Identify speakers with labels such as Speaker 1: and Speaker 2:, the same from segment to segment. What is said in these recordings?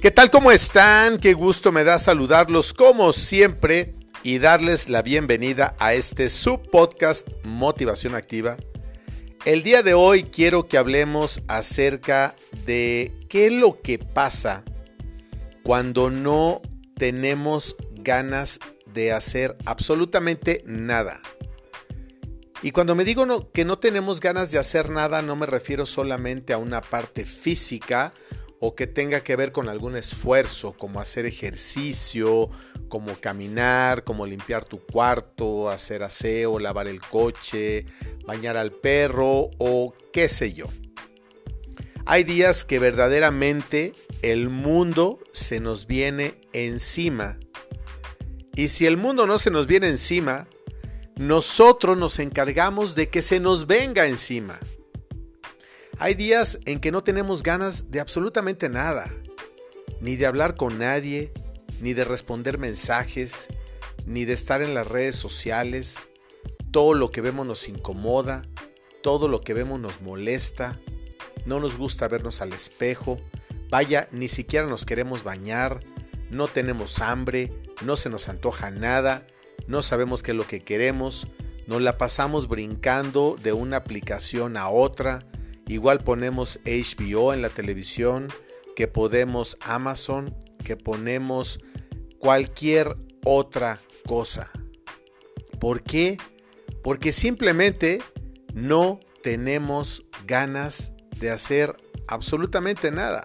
Speaker 1: ¿Qué tal? ¿Cómo están? Qué gusto me da saludarlos como siempre y darles la bienvenida a este subpodcast Motivación Activa. El día de hoy quiero que hablemos acerca de qué es lo que pasa cuando no tenemos ganas de hacer absolutamente nada. Y cuando me digo que no tenemos ganas de hacer nada, no me refiero solamente a una parte física o que tenga que ver con algún esfuerzo, como hacer ejercicio, como caminar, como limpiar tu cuarto, hacer aseo, lavar el coche, bañar al perro o qué sé yo. Hay días que verdaderamente el mundo se nos viene encima. Y si el mundo no se nos viene encima, nosotros nos encargamos de que se nos venga encima. Hay días en que no tenemos ganas de absolutamente nada, ni de hablar con nadie, ni de responder mensajes, ni de estar en las redes sociales. Todo lo que vemos nos incomoda, todo lo que vemos nos molesta, no nos gusta vernos al espejo, vaya, ni siquiera nos queremos bañar, no tenemos hambre, no se nos antoja nada, no sabemos qué es lo que queremos, nos la pasamos brincando de una aplicación a otra. Igual ponemos HBO en la televisión, que ponemos Amazon, que ponemos cualquier otra cosa. ¿Por qué? Porque simplemente no tenemos ganas de hacer absolutamente nada.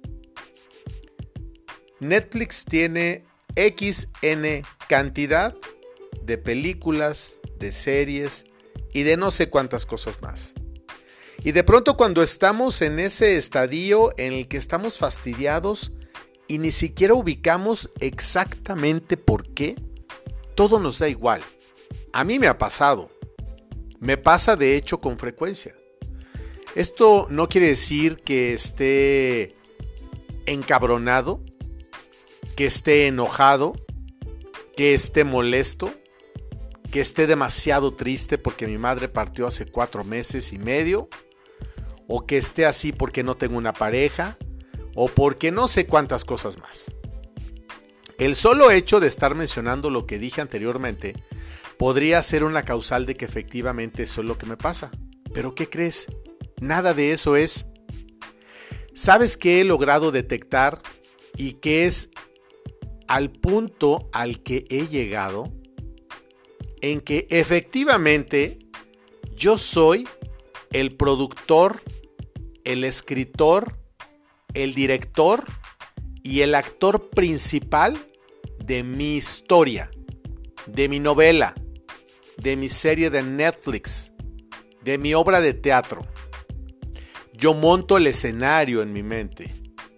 Speaker 1: Netflix tiene XN cantidad de películas, de series y de no sé cuántas cosas más. Y de pronto cuando estamos en ese estadio en el que estamos fastidiados y ni siquiera ubicamos exactamente por qué, todo nos da igual. A mí me ha pasado. Me pasa de hecho con frecuencia. Esto no quiere decir que esté encabronado, que esté enojado, que esté molesto, que esté demasiado triste porque mi madre partió hace 4 meses y medio. O que esté así porque no tengo una pareja, o porque no sé cuántas cosas más. El solo hecho de estar mencionando lo que dije anteriormente podría ser una causal de que efectivamente eso es lo que me pasa. ¿Pero qué crees? Nada de eso es. ¿Sabes qué he logrado detectar y qué es al punto al que he llegado? En que efectivamente yo soy el productor, el escritor, el director y el actor principal de mi historia, de mi novela, de mi serie de Netflix, de mi obra de teatro. Yo monto el escenario en mi mente.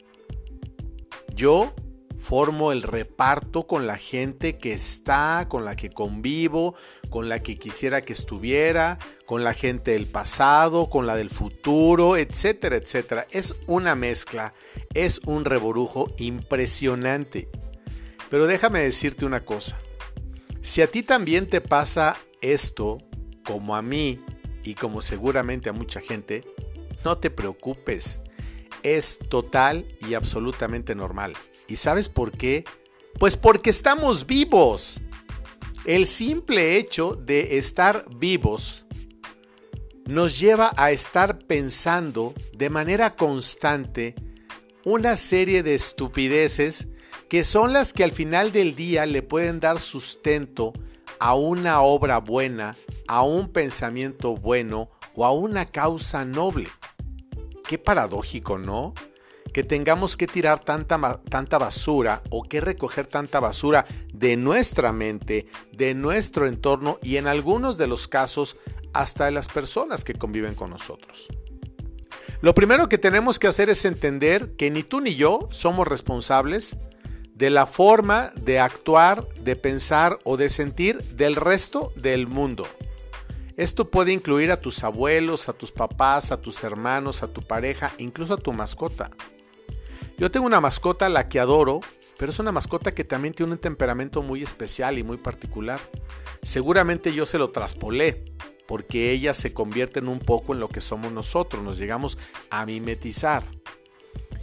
Speaker 1: Yo formo el reparto con la gente que está, con la que convivo, con la que quisiera que estuviera, con la gente del pasado, con la del futuro, etcétera, etcétera. Es una mezcla, es un reburujo impresionante. Pero déjame decirte una cosa. Si a ti también te pasa esto, como a mí y como seguramente a mucha gente, no te preocupes. Es total y absolutamente normal. ¿Y sabes por qué? Pues porque estamos vivos. El simple hecho de estar vivos nos lleva a estar pensando de manera constante una serie de estupideces que son las que al final del día le pueden dar sustento a una obra buena, a un pensamiento bueno o a una causa noble. Qué paradójico, ¿no? Que tengamos que tirar tanta basura o que recoger tanta basura de nuestra mente, de nuestro entorno y en algunos de los casos hasta de las personas que conviven con nosotros. Lo primero que tenemos que hacer es entender que ni tú ni yo somos responsables de la forma de actuar, de pensar o de sentir del resto del mundo. Esto puede incluir a tus abuelos, a tus papás, a tus hermanos, a tu pareja, incluso a tu mascota. Yo tengo una mascota a la que adoro, pero es una mascota que también tiene un temperamento muy especial y muy particular. Seguramente yo se lo traspolé, porque ellas se convierten un poco en lo que somos nosotros, nos llegamos a mimetizar.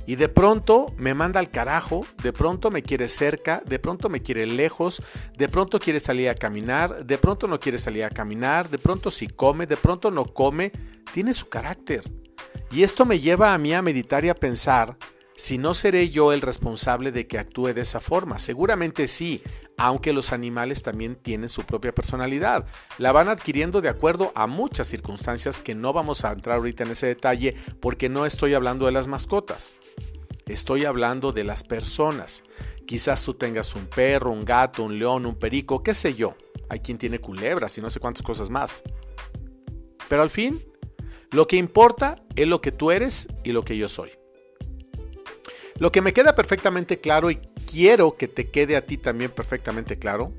Speaker 1: Y de pronto me manda al carajo, de pronto me quiere cerca, de pronto me quiere lejos, de pronto quiere salir a caminar, de pronto no quiere salir a caminar, de pronto sí come, de pronto no come. Tiene su carácter. Y esto me lleva a mí a meditar y a pensar si no seré yo el responsable de que actúe de esa forma. Seguramente sí, aunque los animales también tienen su propia personalidad. La van adquiriendo de acuerdo a muchas circunstancias que no vamos a entrar ahorita en ese detalle porque no estoy hablando de las mascotas. Estoy hablando de las personas. Quizás tú tengas un perro, un gato, un león, un perico, qué sé yo. Hay quien tiene culebras y no sé cuántas cosas más. Pero al fin, lo que importa es lo que tú eres y lo que yo soy. Lo que me queda perfectamente claro y quiero que te quede a ti también perfectamente claro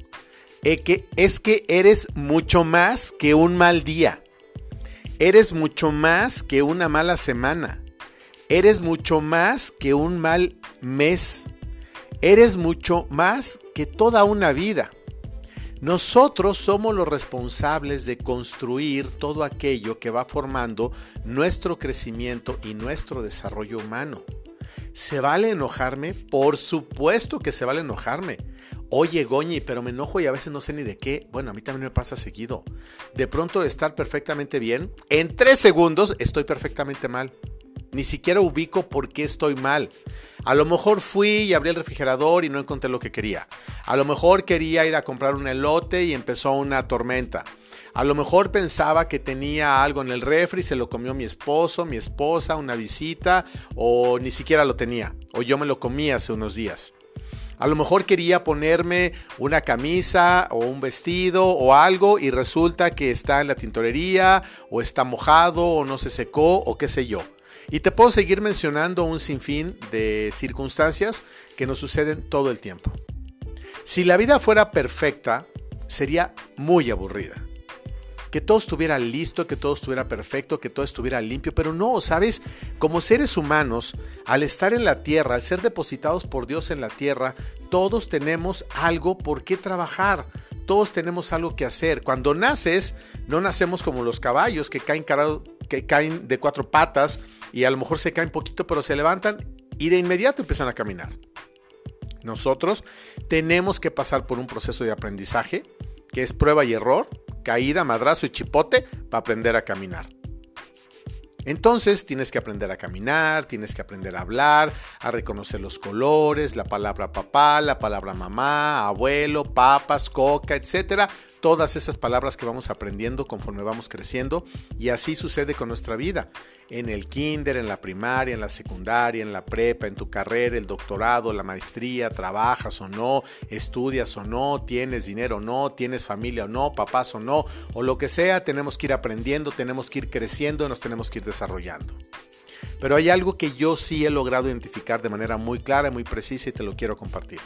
Speaker 1: es que eres mucho más que un mal día. Eres mucho más que una mala semana. Eres mucho más que un mal mes. Eres mucho más que toda una vida. Nosotros somos los responsables de construir todo aquello que va formando nuestro crecimiento y nuestro desarrollo humano. ¿Se vale enojarme? Por supuesto que se vale enojarme. Oye, Goñi, pero me enojo y a veces no sé ni de qué. Bueno, a mí también me pasa seguido. De pronto de estar perfectamente bien, en 3 segundos estoy perfectamente mal. Ni siquiera ubico por qué estoy mal. A lo mejor fui y abrí el refrigerador y no encontré lo que quería. A lo mejor quería ir a comprar un elote y empezó una tormenta. A lo mejor pensaba que tenía algo en el refri, se lo comió mi esposo, mi esposa, una visita, o ni siquiera lo tenía, o yo me lo comí hace unos días. A lo mejor quería ponerme una camisa o un vestido o algo y resulta que está en la tintorería, o está mojado, o no se secó, o qué sé yo. Y te puedo seguir mencionando un sinfín de circunstancias que nos suceden todo el tiempo. Si la vida fuera perfecta, sería muy aburrida. Que todo estuviera listo, que todo estuviera perfecto, que todo estuviera limpio, pero no, ¿sabes? Como seres humanos, al estar en la tierra, al ser depositados por Dios en la tierra, todos tenemos algo por qué trabajar, todos tenemos algo que hacer. Cuando naces, no nacemos como los caballos que caen de 4 patas y a lo mejor se caen poquito, pero se levantan y de inmediato empiezan a caminar. Nosotros tenemos que pasar por un proceso de aprendizaje, que es prueba y error, caída, madrazo y chipote para aprender a caminar. Entonces tienes que aprender a caminar, tienes que aprender a hablar, a reconocer los colores, la palabra papá, la palabra mamá, abuelo, papas, coca, etcétera. Todas esas palabras que vamos aprendiendo conforme vamos creciendo, y así sucede con nuestra vida. En el kinder, en la primaria, en la secundaria, en la prepa, en tu carrera, el doctorado, la maestría, trabajas o no, estudias o no, tienes dinero o no, tienes familia o no, papás o no, o lo que sea, tenemos que ir aprendiendo, tenemos que ir creciendo, nos tenemos que ir desarrollando. Pero hay algo que yo sí he logrado identificar de manera muy clara y muy precisa y te lo quiero compartir.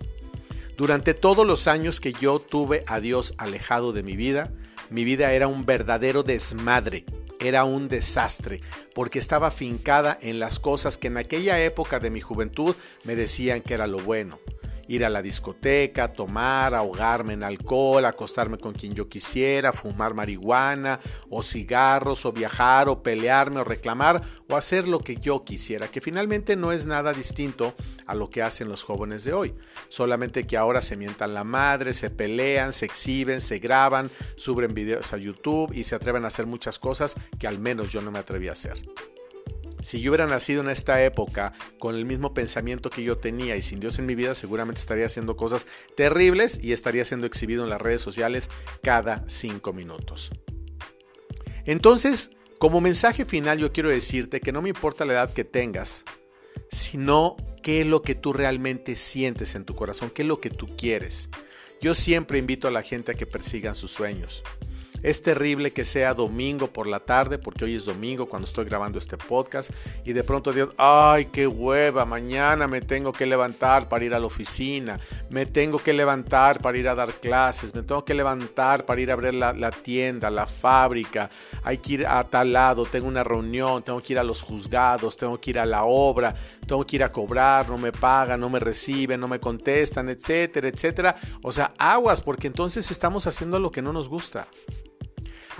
Speaker 1: Durante todos los años que yo tuve a Dios alejado de mi vida era un verdadero desmadre, era un desastre, porque estaba afincada en las cosas que en aquella época de mi juventud me decían que era lo bueno. Ir a la discoteca, tomar, ahogarme en alcohol, acostarme con quien yo quisiera, fumar marihuana o cigarros, o viajar, o pelearme, o reclamar, o hacer lo que yo quisiera, que finalmente no es nada distinto a lo que hacen los jóvenes de hoy. Solamente que ahora se mientan la madre, se pelean, se exhiben, se graban, suben videos a YouTube y se atreven a hacer muchas cosas que al menos yo no me atreví a hacer. Si yo hubiera nacido en esta época con el mismo pensamiento que yo tenía y sin Dios en mi vida, seguramente estaría haciendo cosas terribles y estaría siendo exhibido en las redes sociales cada 5 minutos. Entonces, como mensaje final, yo quiero decirte que no me importa la edad que tengas, sino qué es lo que tú realmente sientes en tu corazón, qué es lo que tú quieres. Yo siempre invito a la gente a que persigan sus sueños. Es terrible que sea domingo por la tarde, porque hoy es domingo cuando estoy grabando este podcast, y de pronto Dios, ¡ay, qué hueva! Mañana me tengo que levantar para ir a la oficina, me tengo que levantar para ir a dar clases, me tengo que levantar para ir a abrir la tienda, la fábrica, hay que ir a tal lado, tengo una reunión, tengo que ir a los juzgados, tengo que ir a la obra, tengo que ir a cobrar, no me pagan, no me reciben, no me contestan, etcétera, etcétera. O sea, aguas, porque entonces estamos haciendo lo que no nos gusta.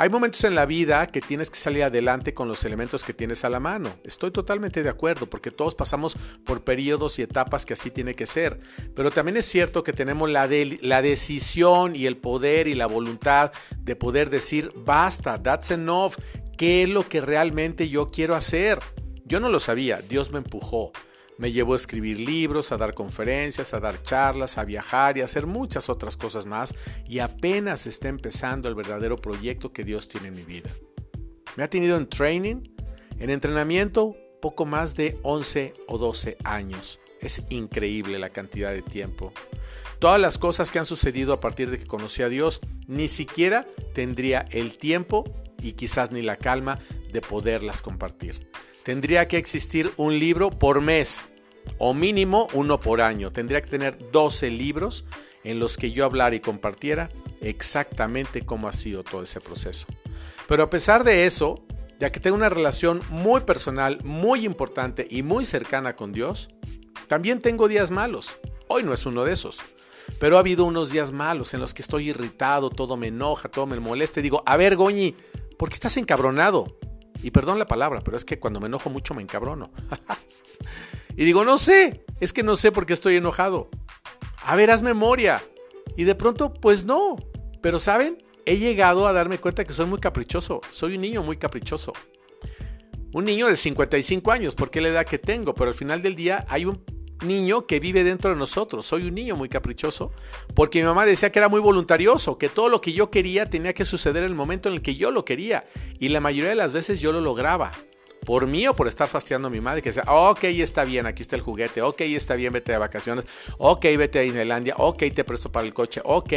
Speaker 1: Hay momentos en la vida que tienes que salir adelante con los elementos que tienes a la mano. Estoy totalmente de acuerdo, porque todos pasamos por periodos y etapas que así tiene que ser. Pero también es cierto que tenemos la decisión y el poder y la voluntad de poder decir, basta, that's enough. ¿Qué es lo que realmente yo quiero hacer? Yo no lo sabía, Dios me empujó. Me llevó a escribir libros, a dar conferencias, a dar charlas, a viajar y a hacer muchas otras cosas más. Y apenas está empezando el verdadero proyecto que Dios tiene en mi vida. Me ha tenido en training, en entrenamiento, poco más de 11 o 12 años. Es increíble la cantidad de tiempo. Todas las cosas que han sucedido a partir de que conocí a Dios, ni siquiera tendría el tiempo y quizás ni la calma de poderlas compartir. Tendría que existir un libro por mes o mínimo uno por año. Tendría que tener 12 libros en los que yo hablara y compartiera exactamente cómo ha sido todo ese proceso. Pero a pesar de eso, ya que tengo una relación muy personal, muy importante y muy cercana con Dios, también tengo días malos. Hoy no es uno de esos. Pero ha habido unos días malos en los que estoy irritado, todo me enoja, todo me molesta. Y digo, a ver, Goñi, ¿por qué estás encabronado? Y perdón la palabra, pero es que cuando me enojo mucho me encabrono. Y digo, no sé, es que no sé por qué estoy enojado. A ver, haz memoria. Y de pronto, pues no. Pero ¿saben? He llegado a darme cuenta que soy muy caprichoso. Soy un niño muy caprichoso. Un niño de 55 años, porque es la edad que tengo. Pero al final del día hay un niño que vive dentro de nosotros. Soy un niño muy caprichoso porque mi mamá decía que era muy voluntarioso, que todo lo que yo quería tenía que suceder en el momento en el que yo lo quería, y la mayoría de las veces yo lo lograba por mí o por estar fastidiando a mi madre, que decía, ok, está bien, aquí está el juguete, ok, está bien, vete de vacaciones, ok, vete a Disneylandia, ok, te presto para el coche, ok.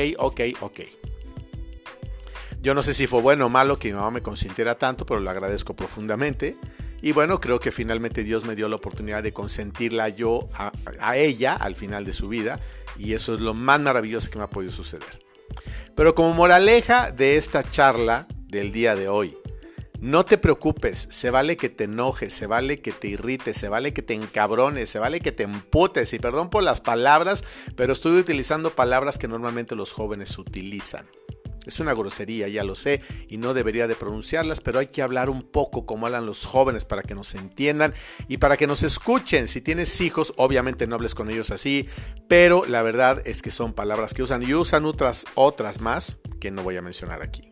Speaker 1: Yo no sé si fue bueno o malo que mi mamá me consintiera tanto, pero lo agradezco profundamente. Y bueno, creo que finalmente Dios me dio la oportunidad de consentirla yo a ella al final de su vida. Y eso es lo más maravilloso que me ha podido suceder. Pero como moraleja de esta charla del día de hoy, no te preocupes, se vale que te enojes, se vale que te irrites, se vale que te encabrones, se vale que te emputes. Y perdón por las palabras, pero estoy utilizando palabras que normalmente los jóvenes utilizan. Es una grosería, ya lo sé, y no debería de pronunciarlas, pero hay que hablar un poco como hablan los jóvenes para que nos entiendan y para que nos escuchen. Si tienes hijos, obviamente no hables con ellos así, pero la verdad es que son palabras que usan y usan otras más que no voy a mencionar aquí.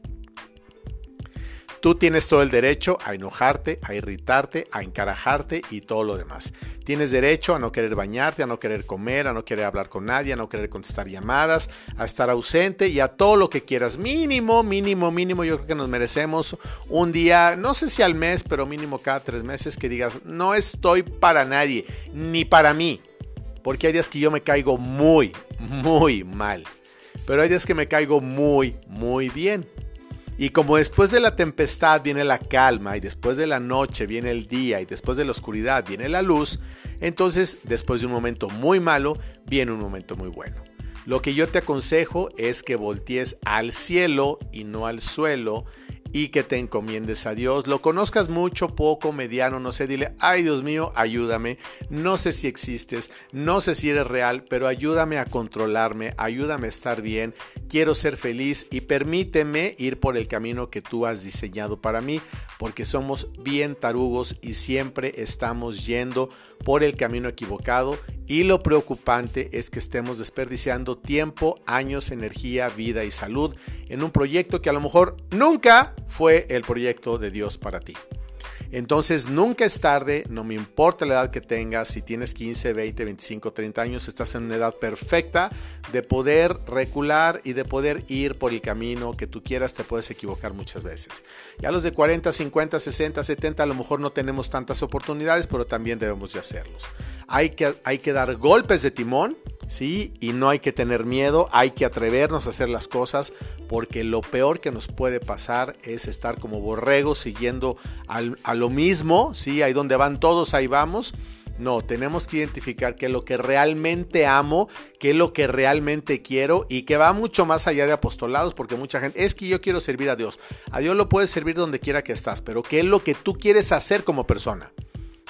Speaker 1: Tú tienes todo el derecho a enojarte, a irritarte, a encarajarte y todo lo demás. Tienes derecho a no querer bañarte, a no querer comer, a no querer hablar con nadie, a no querer contestar llamadas, a estar ausente y a todo lo que quieras. Mínimo, yo creo que nos merecemos un día, no sé si al mes, pero mínimo cada 3 meses que digas, no estoy para nadie, ni para mí. Porque hay días que yo me caigo muy mal. Pero hay días que me caigo muy bien. Y como después de la tempestad viene la calma, y después de la noche viene el día, y después de la oscuridad viene la luz, entonces después de un momento muy malo viene un momento muy bueno. Lo que yo te aconsejo es que voltees al cielo y no al suelo, y que te encomiendes a Dios. Lo conozcas mucho, poco, mediano, no sé, dile, ay Dios mío, ayúdame, no sé si existes, no sé si eres real, pero ayúdame a controlarme, ayúdame a estar bien, quiero ser feliz y permíteme ir por el camino que tú has diseñado para mí, porque somos bien tarugos y siempre estamos yendo por el camino equivocado, y lo preocupante es que estemos desperdiciando tiempo, años, energía, vida y salud en un proyecto que a lo mejor nunca fue el proyecto de Dios para ti. Entonces nunca es tarde, no me importa la edad que tengas, si tienes 15, 20, 25, 30 años, estás en una edad perfecta de poder recular y de poder ir por el camino que tú quieras. Te puedes equivocar muchas veces. Ya los de 40, 50, 60, 70 a lo mejor no tenemos tantas oportunidades, pero también debemos de hacerlos. Hay que dar golpes de timón, ¿sí? Y no hay que tener miedo, hay que atrevernos a hacer las cosas, porque lo peor que nos puede pasar es estar como borregos siguiendo a lo mismo, ¿sí? Ahí donde van todos, ahí vamos. No, tenemos que identificar qué es lo que realmente amo, qué es lo que realmente quiero, y que va mucho más allá de apostolados, porque mucha gente, es que yo quiero servir a Dios. A Dios lo puedes servir donde quiera que estás, pero qué es lo que tú quieres hacer como persona.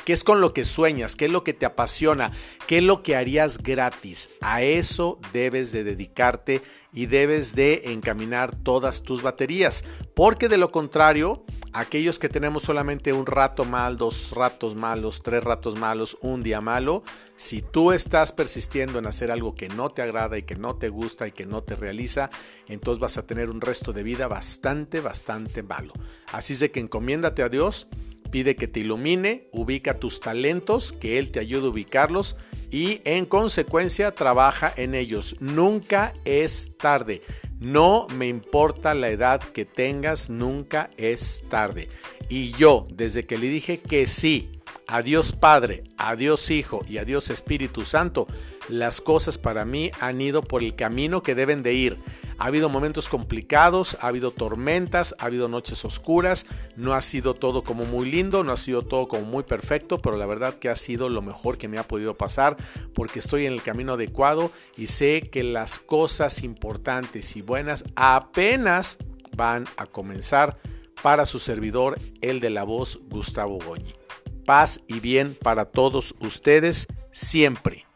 Speaker 1: ¿Qué es con lo que sueñas? ¿Qué es lo que te apasiona? ¿Qué es lo que harías gratis? A eso debes de dedicarte y debes de encaminar todas tus baterías. Porque de lo contrario, aquellos que tenemos solamente un rato mal, 2 ratos malos, 3 ratos malos, un día malo, si tú estás persistiendo en hacer algo que no te agrada y que no te gusta y que no te realiza, entonces vas a tener un resto de vida bastante malo. Así es de que encomiéndate a Dios. Pide que te ilumine, ubica tus talentos, que Él te ayude a ubicarlos y en consecuencia trabaja en ellos. Nunca es tarde. No me importa la edad que tengas, nunca es tarde. Y yo, desde que le dije que sí a Dios Padre, a Dios Hijo y a Dios Espíritu Santo, las cosas para mí han ido por el camino que deben de ir. Ha habido momentos complicados, ha habido tormentas, ha habido noches oscuras, no ha sido todo como muy lindo, no ha sido todo como muy perfecto, pero la verdad que ha sido lo mejor que me ha podido pasar porque estoy en el camino adecuado y sé que las cosas importantes y buenas apenas van a comenzar para su servidor, el de la voz, Gustavo Goñi. Paz y bien para todos ustedes siempre.